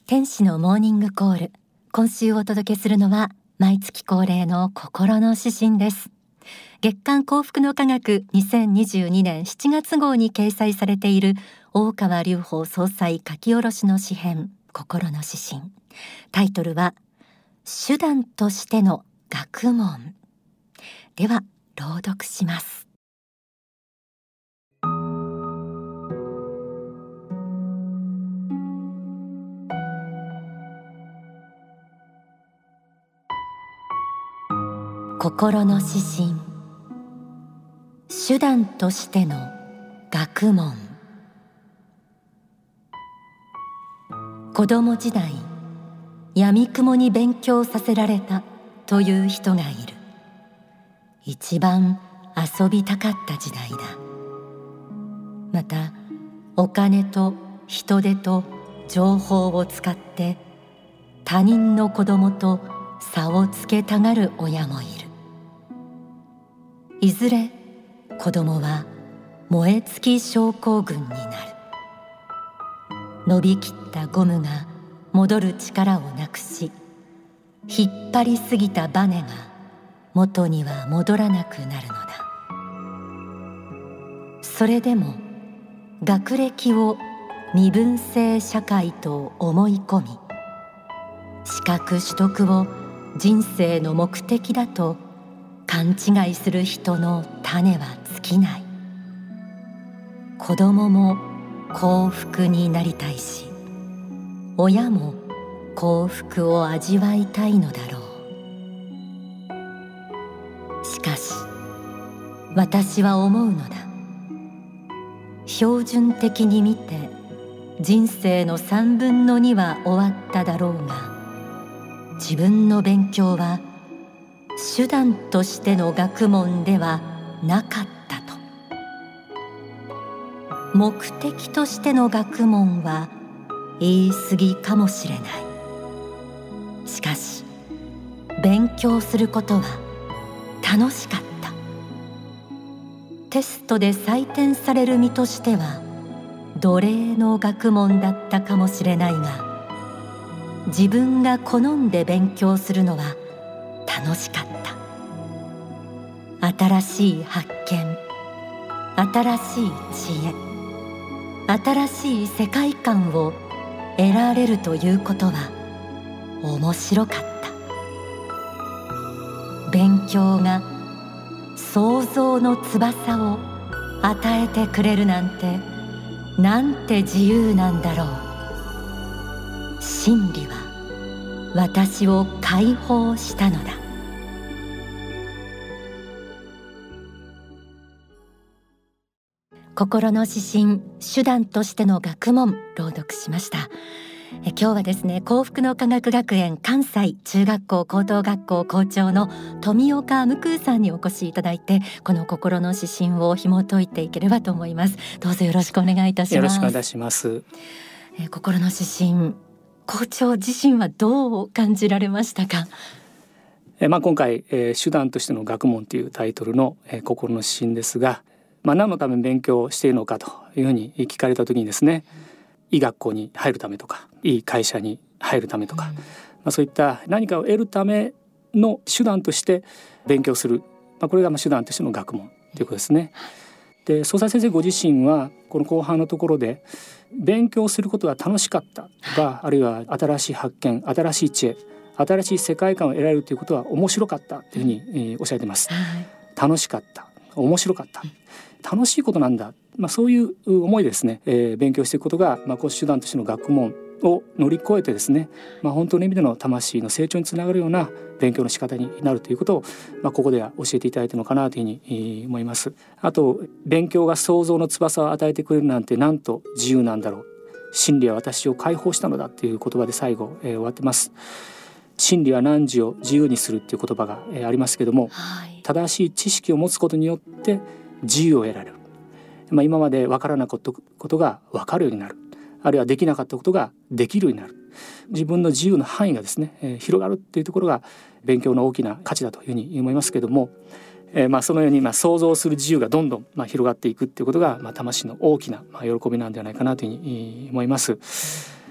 天使のモーニングコール。今週お届けするのは毎月恒例の心の指針です。月刊幸福の科学2022年7月号に掲載されている大川隆法総裁書き下ろしの詩編、心の指針。タイトルは手段としての学問。では朗読します。心の指針。手段としての学問。子供時代、闇雲に勉強させられたという人がいる。一番遊びたかった時代だ。また、お金と人手と情報を使って他人の子供と差をつけたがる親もいる。いずれ子供は燃え尽き症候群になる。伸びきったゴムが戻る力をなくし、引っ張りすぎたバネが元には戻らなくなるのだ。それでも学歴を身分制社会と思い込み、資格取得を人生の目的だと勘違いする人の種は尽きない。子供も幸福になりたいし、親も幸福を味わいたいのだろう。しかし、私は思うのだ。標準的に見て人生の3分の2は終わっただろうが、自分の勉強は手段としての学問ではなかったと。目的としての学問は言い過ぎかもしれない。しかし、勉強することは楽しかった。テストで採点される身としては奴隷の学問だったかもしれないが、自分が好んで勉強するのは楽しかった。新しい発見、新しい知恵、新しい世界観を得られるということは面白かった。勉強が創造の翼を与えてくれるなんて、なんて自由なんだろう。真理は私を解放したのだ。心の指針、手段としての学問、朗読しました。今日はですね、幸福の科学学園関西中学校高等学校校長の富岡無空さんにお越しいただいて、この心の指針を紐解いていければと思います。どうぞよろしくお願いいたします。 よろしくお願いいたします。 心の指針、校長自身はどう感じられましたか？ 今回、手段としての学問というタイトルの、心の指針ですが、何のために勉強しているのかというふうに聞かれた時にですね、いい学校に入るためとか、いい会社に入るためとか、そういった何かを得るための手段として勉強する、これが手段としての学問ということですね。で、総裁先生ご自身はこの後半のところで、勉強することが楽しかったとか、あるいは新しい発見、新しい知恵、新しい世界観を得られるということは面白かったというふうに、おっしゃっています。楽しかった、面白かった、楽しいことなんだ、そういう思いでですね、勉強していくことが、こう手段としての学問を乗り越えてですね、本当の意味での魂の成長につながるような勉強の仕方になるということを、ここでは教えていただいたのかなというふうに思います。あと、勉強が創造の翼を与えてくれるなんてなんと自由なんだろう、真理は私を解放したのだという言葉で最後、終わってます。真理は汝を自由にするという言葉が、ありますけれども、正しい知識を持つことによって自由を得られる。今まで分からなかったことが分かるようになる、あるいはできなかったことができるようになる。自分の自由の範囲がですね、広がるっていうところが勉強の大きな価値だというふうに思いますけれども、そのように想像する自由がどんどん広がっていくっていうことが、魂の大きな喜びなんではないかなというふうに思います。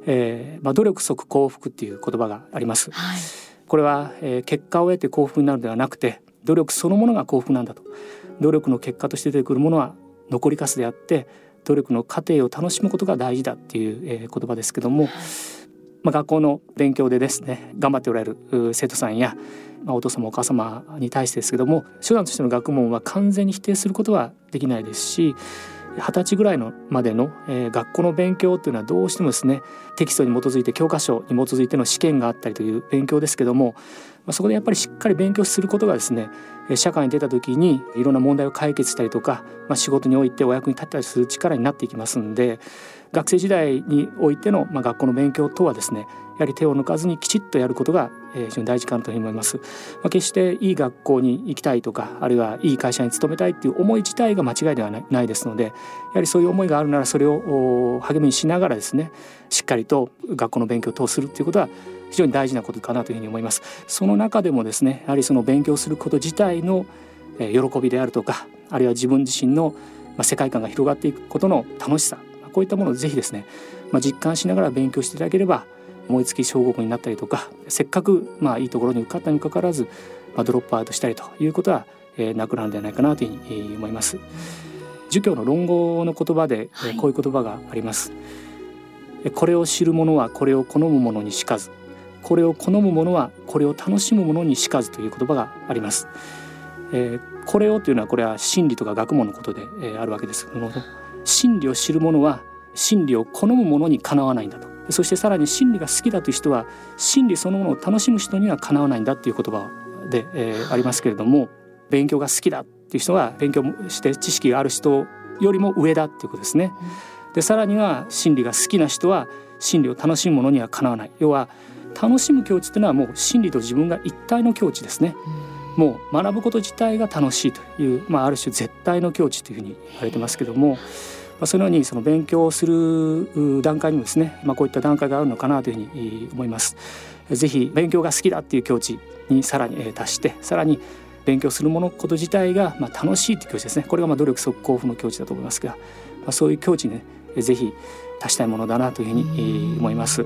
努力即幸福っていう言葉があります、 はい、 これは、結果を得て幸福になるのではなくて、努力そのものが幸福なんだと。努力の結果として出てくるものは残りかすであって、努力の過程を楽しむことが大事だっていう、言葉ですけども、学校の勉強でですね頑張っておられる生徒さんや、お父様お母様に対してですけども、手段としての学問は完全に否定することはできないですし、20歳ぐらいのまでの、学校の勉強というのはどうしてもですね、テキストに基づいて教科書に基づいての試験があったりという勉強ですけども、そこでやっぱりしっかり勉強することがですね、社会に出た時にいろんな問題を解決したりとか、仕事においてお役に立ったりする力になっていきますので、学生時代においての、学校の勉強とはですね、やはり手を抜かずにきちっとやることが非常に大事かなというふうに思います。決していい学校に行きたいとか、あるいはいい会社に勤めたいっていう思い自体が間違いではないですので、やはりそういう思いがあるならそれを励みにしながらですね、しっかりと学校の勉強を通するということは非常に大事なことかなというふうに思います。その中でもですね、やはりその勉強すること自体の喜びであるとか、あるいは自分自身の世界観が広がっていくことの楽しさ、こういったものをぜひですね、実感しながら勉強していただければ、燃え尽き症候群になったりとか、せっかくいいところに受かったにもかかわらず、ドロップアウトしたりということはなくなるんではないかなというふうに思います。儒教の論語の言葉でこういう言葉があります、これを知る者はこれを好む者にしかず、これを好む者はこれを楽しむ者にしかずという言葉があります。これをというのは、これは真理とか学問のことであるわけですけども、真理を知る者は真理を好む者にかなわないんだと。そしてさらに真理が好きだという人は真理そのものを楽しむ人にはかなわないんだという言葉で、ありますけれども、勉強が好きだっていう人は勉強して知識がある人よりも上だっていうことですね。でさらには真理が好きな人は真理を楽しむ者にはかなわない。要は楽しむ境地というのはもう真理と自分が一体の境地ですね。もう学ぶこと自体が楽しいという、ある種絶対の境地というふうに言われてますけども、そのようにその勉強する段階にもですね、こういった段階があるのかなというふうに思います。ぜひ勉強が好きだっていう境地にさらに達して、さらに勉強すること自体が楽しいという境地ですね。これが努力即幸福の境地だと思いますが、そういう境地にね、ぜひ達したいものだなというふうに思います。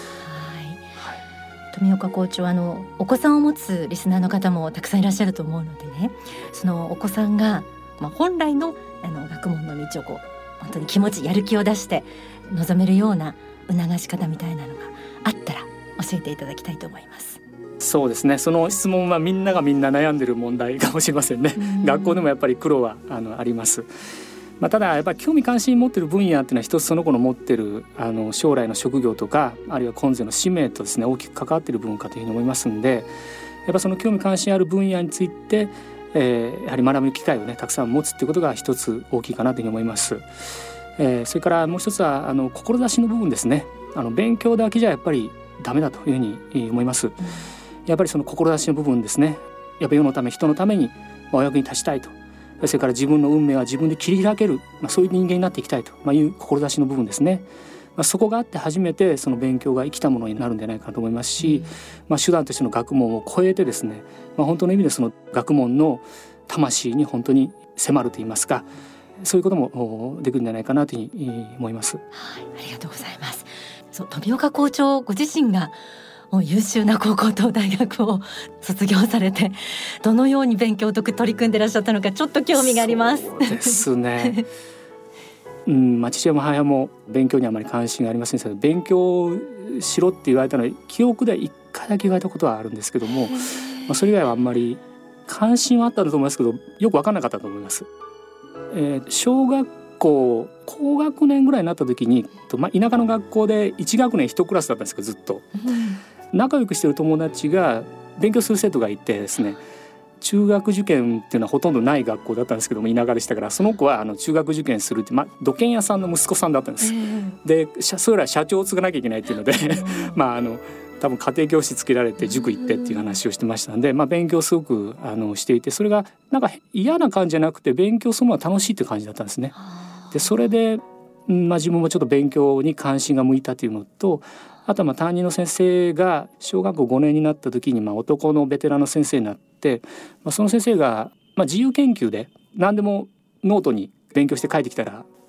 富岡校長、お子さんを持つリスナーの方もたくさんいらっしゃると思うのでね、そのお子さんが、本来の学問の道を本当に気持ちやる気を出して臨めるような促し方みたいなのがあったら教えていただきたいと思います。 そうですね、その質問はみんなが悩んでる問題かもしれませんね。学校でもやっぱり苦労はあります。ただやっぱり興味関心持ってる分野っていうのは一つその子の持ってる将来の職業とか、あるいは今世の使命とですね大きく関わっている部分かというふうに思いますので、やっぱその興味関心ある分野について、やはり学ぶ機会をねたくさん持つっていうことが一つ大きいかなというふうに思います。それからもう一つは志の部分ですね。勉強だけじゃやっぱりダメだというふうに思います。やっぱりその志の部分ですね。やっぱり世のため人のためにお役に立ちたいと、それから自分の運命は自分で切り開ける、そういう人間になっていきたいという志の部分ですね。そこがあって初めてその勉強が生きたものになるんじゃないかと思いますし、手段としての学問を超えてですね、本当の意味でその学問の魂に本当に迫るといいますか、そういうこともできるんじゃないかなというふうに思います。 ありがとうございます。富岡校長ご自身がもう優秀な高校と大学を卒業されて、どのように勉強と取り組んでいらっしゃったのかちょっと興味があります。 そうですね父親も母親も勉強にあまり関心がありませんでしたけど、勉強しろって言われたのは記憶で1回だけ言われたことはあるんですけども、それ以外はあんまり関心はあったんだと思いますけど、よく分からなかったと思います。小学校高学年ぐらいになった時に、田舎の学校で1学年1クラスだったんですけど、ずっと仲良くしてる友達が勉強する生徒がいてですね、中学受験っていうのはほとんどない学校だったんですけども、田舎でしたから、その子は中学受験するって、土建屋さんの息子さんだったんです。でそれら社長を継がなきゃいけないっていうので多分家庭教師つけられて塾行ってっていう話をしてましたんで、勉強すごくしていて、それがなんか嫌な感じじゃなくて、勉強そのものは楽しいっていう感じだったんですね。でそれで、自分もちょっと勉強に関心が向いたというのと、あとは担任の先生が小学校5年になった時に男のベテランの先生になって、その先生が自由研究で何でもノートに勉強して帰ってきたら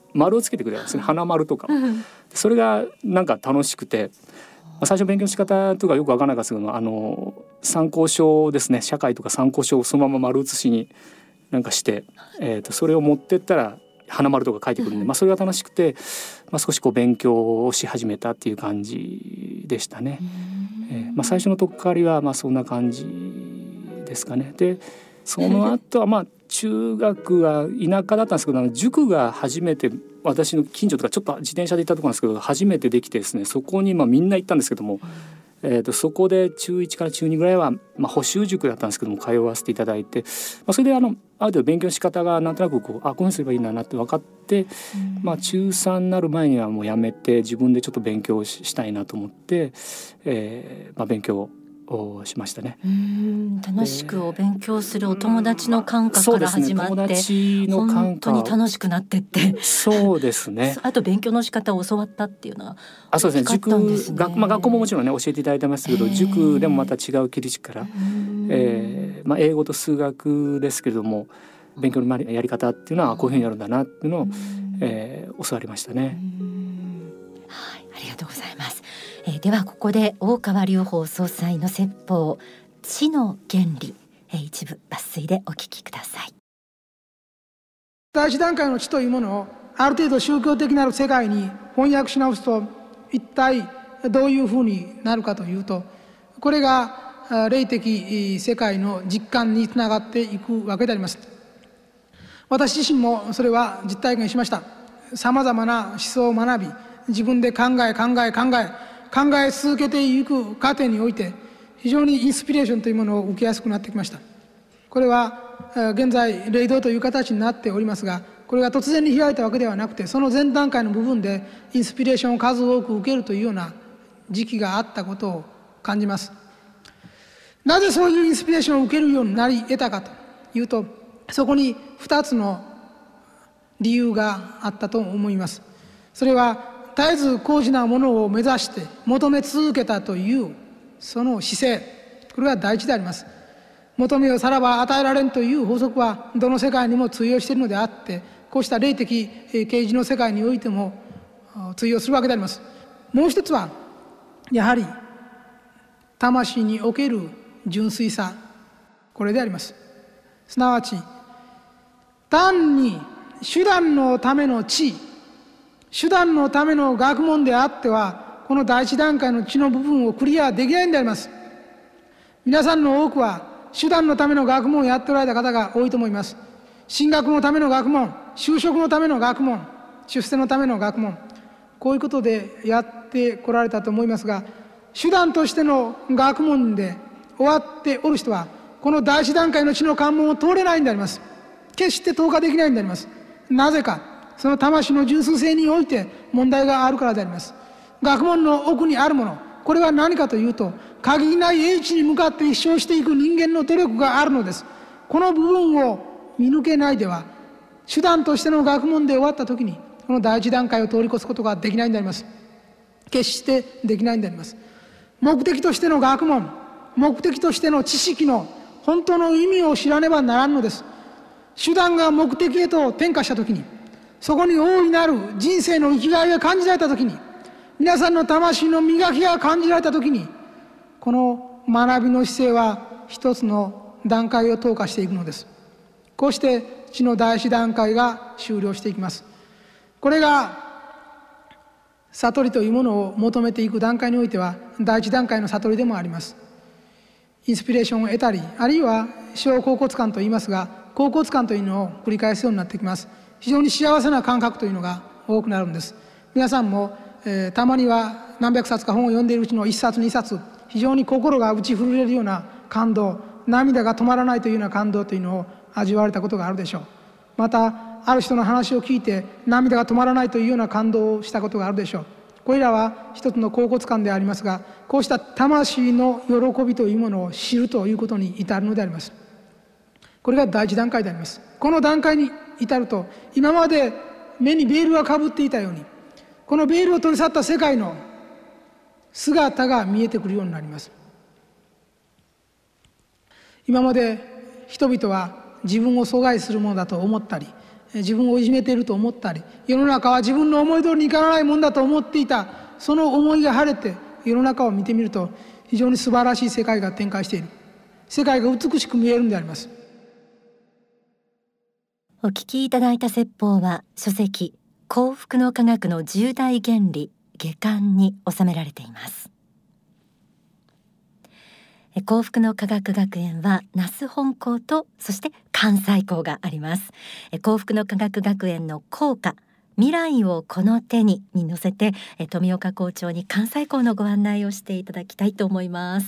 丸をつけてくれたんですね、花丸とか。それがなんか楽しくて、最初勉強の仕方とかよく分からなかったですけど、参考書ですね、社会とか参考書をそのまま丸写しになんかして、それを持ってったら花丸とか書いてくるんで、それが楽しくて、少しこう勉強をし始めたっていう感じでしたね。最初の取っかかりはそんな感じですかね。でその後は中学は田舎だったんですけど、塾が初めて、私の近所とかちょっと自転車で行ったところなんですけど初めてできてですね、そこにみんな行ったんですけども、そこで中1から中2ぐらいは、補習塾だったんですけども通わせていただいて、それである程度勉強の仕方がなんとなくこういうふうにすればいいんだなって分かって、中3になる前にはもうやめて自分でちょっと勉強したいなと思って、勉強をしましたね。 楽しくお勉強するお友達の感覚から始まって、 友達の感覚本当に楽しくなってって、 そうですね。 あと勉強の仕方を教わったっていうのはそうですね。塾、学校ももちろんね教えていただいてますけど、塾でもまた違う切り口から、英語と数学ですけれども勉強のやり方っていうのはこういうふうにやるんだなっていうのを、教わりましたね。 はい、ありがとうございます。ではここで大川隆法総裁の説法知の原理、一部抜粋でお聞きください。 第一段階の知というものをある程度宗教的なる世界に翻訳し直すと一体どういうふうになるかというと、これが霊的世界の実感につながっていくわけであります。私自身もそれは実体験しました。さまざまな思想を学び、自分で考え続けていく過程において非常にインスピレーションというものを受けやすくなってきました。これは現在霊道という形になっておりますが、これが突然に開いたわけではなくて、その前段階の部分でインスピレーションを数多く受けるというような時期があったことを感じます。なぜそういうインスピレーションを受けるようになり得たかというと、そこに2つの理由があったと思います。それは絶えず高次なものを目指して求め続けたというその姿勢、これが第一であります。求めよさらば与えられんという法則はどの世界にも通用しているのであって、こうした霊的啓示の世界においても通用するわけであります。もう一つはやはり魂における純粋さ、これであります。すなわち単に手段のための知、手段のための学問であってはこの第一段階の知の部分をクリアできないんであります。皆さんの多くは手段のための学問をやっておられた方が多いと思います。進学のための学問、就職のための学問、出世のための学問、こういうことでやってこられたと思いますが、手段としての学問で終わっておる人はこの第一段階の知の関門を通れないんであります。決して通過できないんであります。なぜか、その魂の純粋性において問題があるからであります。学問の奥にあるもの、これは何かというと、限りない英知に向かって一生していく人間の努力があるのです。この部分を見抜けないでは、手段としての学問で終わった時にこの第一段階を通り越すことができないんであります。決してできないんであります。目的としての学問、目的としての知識の本当の意味を知らねばならんのです。手段が目的へと転化した時に、そこに大いなる人生の生きがいが感じられた時に、皆さんの魂の磨きが感じられた時に、この学びの姿勢は一つの段階を投下していくのです。こうして知の第一段階が終了していきます。これが悟りというものを求めていく段階においては第一段階の悟りでもあります。インスピレーションを得たり、あるいは小恍惚感といいますが、恍惚感というのを繰り返すようになってきます。非常に幸せな感覚というのが多くなるんです。皆さんも、たまには何百冊か本を読んでいるうちの1冊2冊、非常に心が打ち震えるような感動、涙が止まらないというような感動というのを味わわれたことがあるでしょう。またある人の話を聞いて涙が止まらないというような感動をしたことがあるでしょう。これらは一つの恍惚感でありますが、こうした魂の喜びというものを知るということに至るのであります。これが第一段階であります。この段階に至ると、今まで目にベールがかぶっていたように、このベールを取り去った世界の姿が見えてくるようになります。今まで人々は自分を阻害するものだと思ったり、 自分をいじめていると思ったり、世の中は自分の思い通りにいかないもんだと思っていた、その思いが晴れて世の中を見てみると、非常に素晴らしい世界が展開している、世界が美しく見えるんであります。 お聞きいただいた説法は書籍幸福の科学の10大原理下巻に収められています。幸福の科学学園は那須本校とそして関西校があります。幸福の科学学園の校歌未来をこの手にに乗せて富岡校長に関西校のご案内をしていただきたいと思います。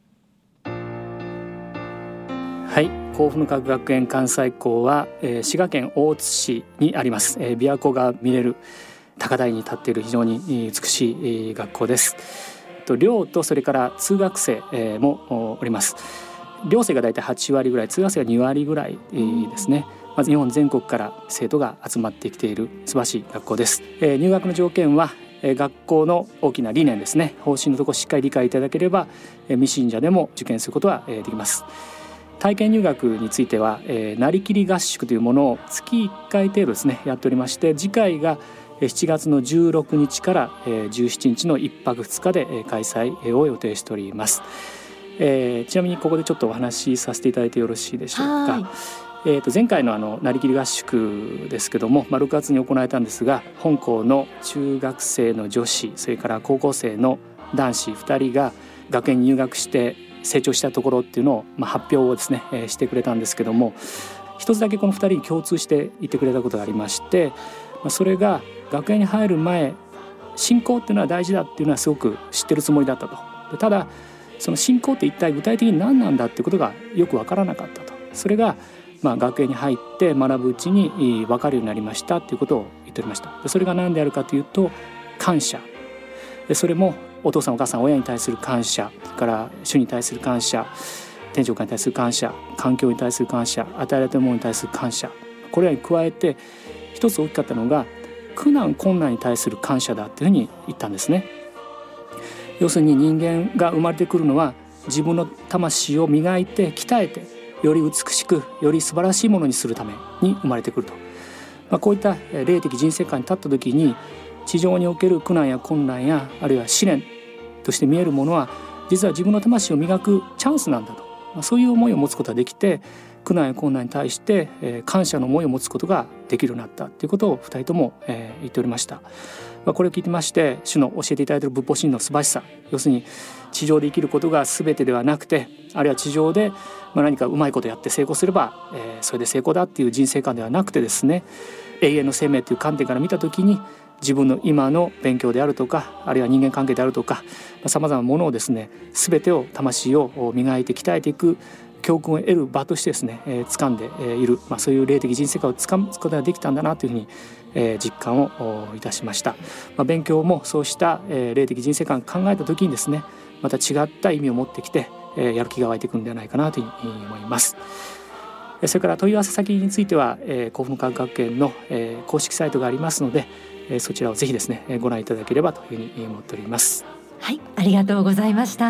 はい、幸福の科学学園関西校は、滋賀県大津市にあります、琵琶湖が見れる高台に立っている非常に美しい学校です。寮とそれから通学生もおります。寮生がだいたい8割ぐらい、通学生が2割ぐらいですね。まず日本全国から生徒が集まってきている素晴らしい学校です。入学の条件は学校の大きな理念ですね、方針のところをしっかり理解いただければ未信者でも受験することはできます。体験入学については、なりきり合宿というものを月1回程度ですねやっておりまして、次回が7月の16日から17日の1泊2日で開催を予定しております。ちなみにここでちょっとお話しさせていただいてよろしいでしょうか。前回のなりきり合宿ですけども、6月に行われたんですが、本校の中学生の女子、それから高校生の男子2人が学園に入学して成長したところっていうのを、発表をですね、してくれたんですけども、一つだけこの2人に共通して言ってくれたことがありまして、それが学園に入る前、信仰っていうのは大事だっていうのはすごく知ってるつもりだったと。ただその信仰って一体具体的に何なんだっていうことがよく分からなかったと。それが学園に入って学ぶうちに分かるようになりましたっていうことを言っておりました。それが何であるかというと感謝。それもお父さんお母さん親に対する感謝、それから主に対する感謝、天上界に対する感謝、環境に対する感謝、与えられたものに対する感謝、これらに加えて一つ大きかったのが苦難困難に対する感謝だというふうに言ったんですね。要するに人間が生まれてくるのは自分の魂を磨いて鍛えてより美しくより素晴らしいものにするために生まれてくると、こういった霊的人生観に立った時に地上における苦難や困難やあるいは試練として見えるものは実は自分の魂を磨くチャンスなんだと、そういう思いを持つことができて、苦難や困難に対して感謝の思いを持つことができるようになったということを2人とも言っておりました。これを聞いてまして主の教えていただいている仏法真理の素晴らしさ、要するに地上で生きることが全てではなくて、あるいは地上で何かうまいことやって成功すればそれで成功だっていう人生観ではなくてですね、永遠の生命という観点から見たときに自分の今の勉強であるとか、あるいは人間関係であるとか、さまざまなものをですね全てを魂を磨いて鍛えていく教訓を得る場としてですね掴んでいる、そういう霊的人生観を掴むことができたんだなというふうに実感をいたしました。勉強もそうした霊的人生観を考えた時にですね、また違った意味を持ってきてやる気が湧いてくるんではないかなというふうに思います。それから問い合わせ先については幸福の科学学園の公式サイトがありますので、そちらをぜひですねご覧いただければというふうに思っております。 はい、ありがとうございました。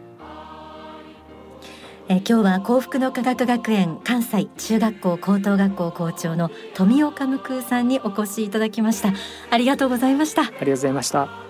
今日は幸福の科学学園関西中学校高等学校校長の富岡無空さんにお越しいただきました。ありがとうございました。 ありがとうございました。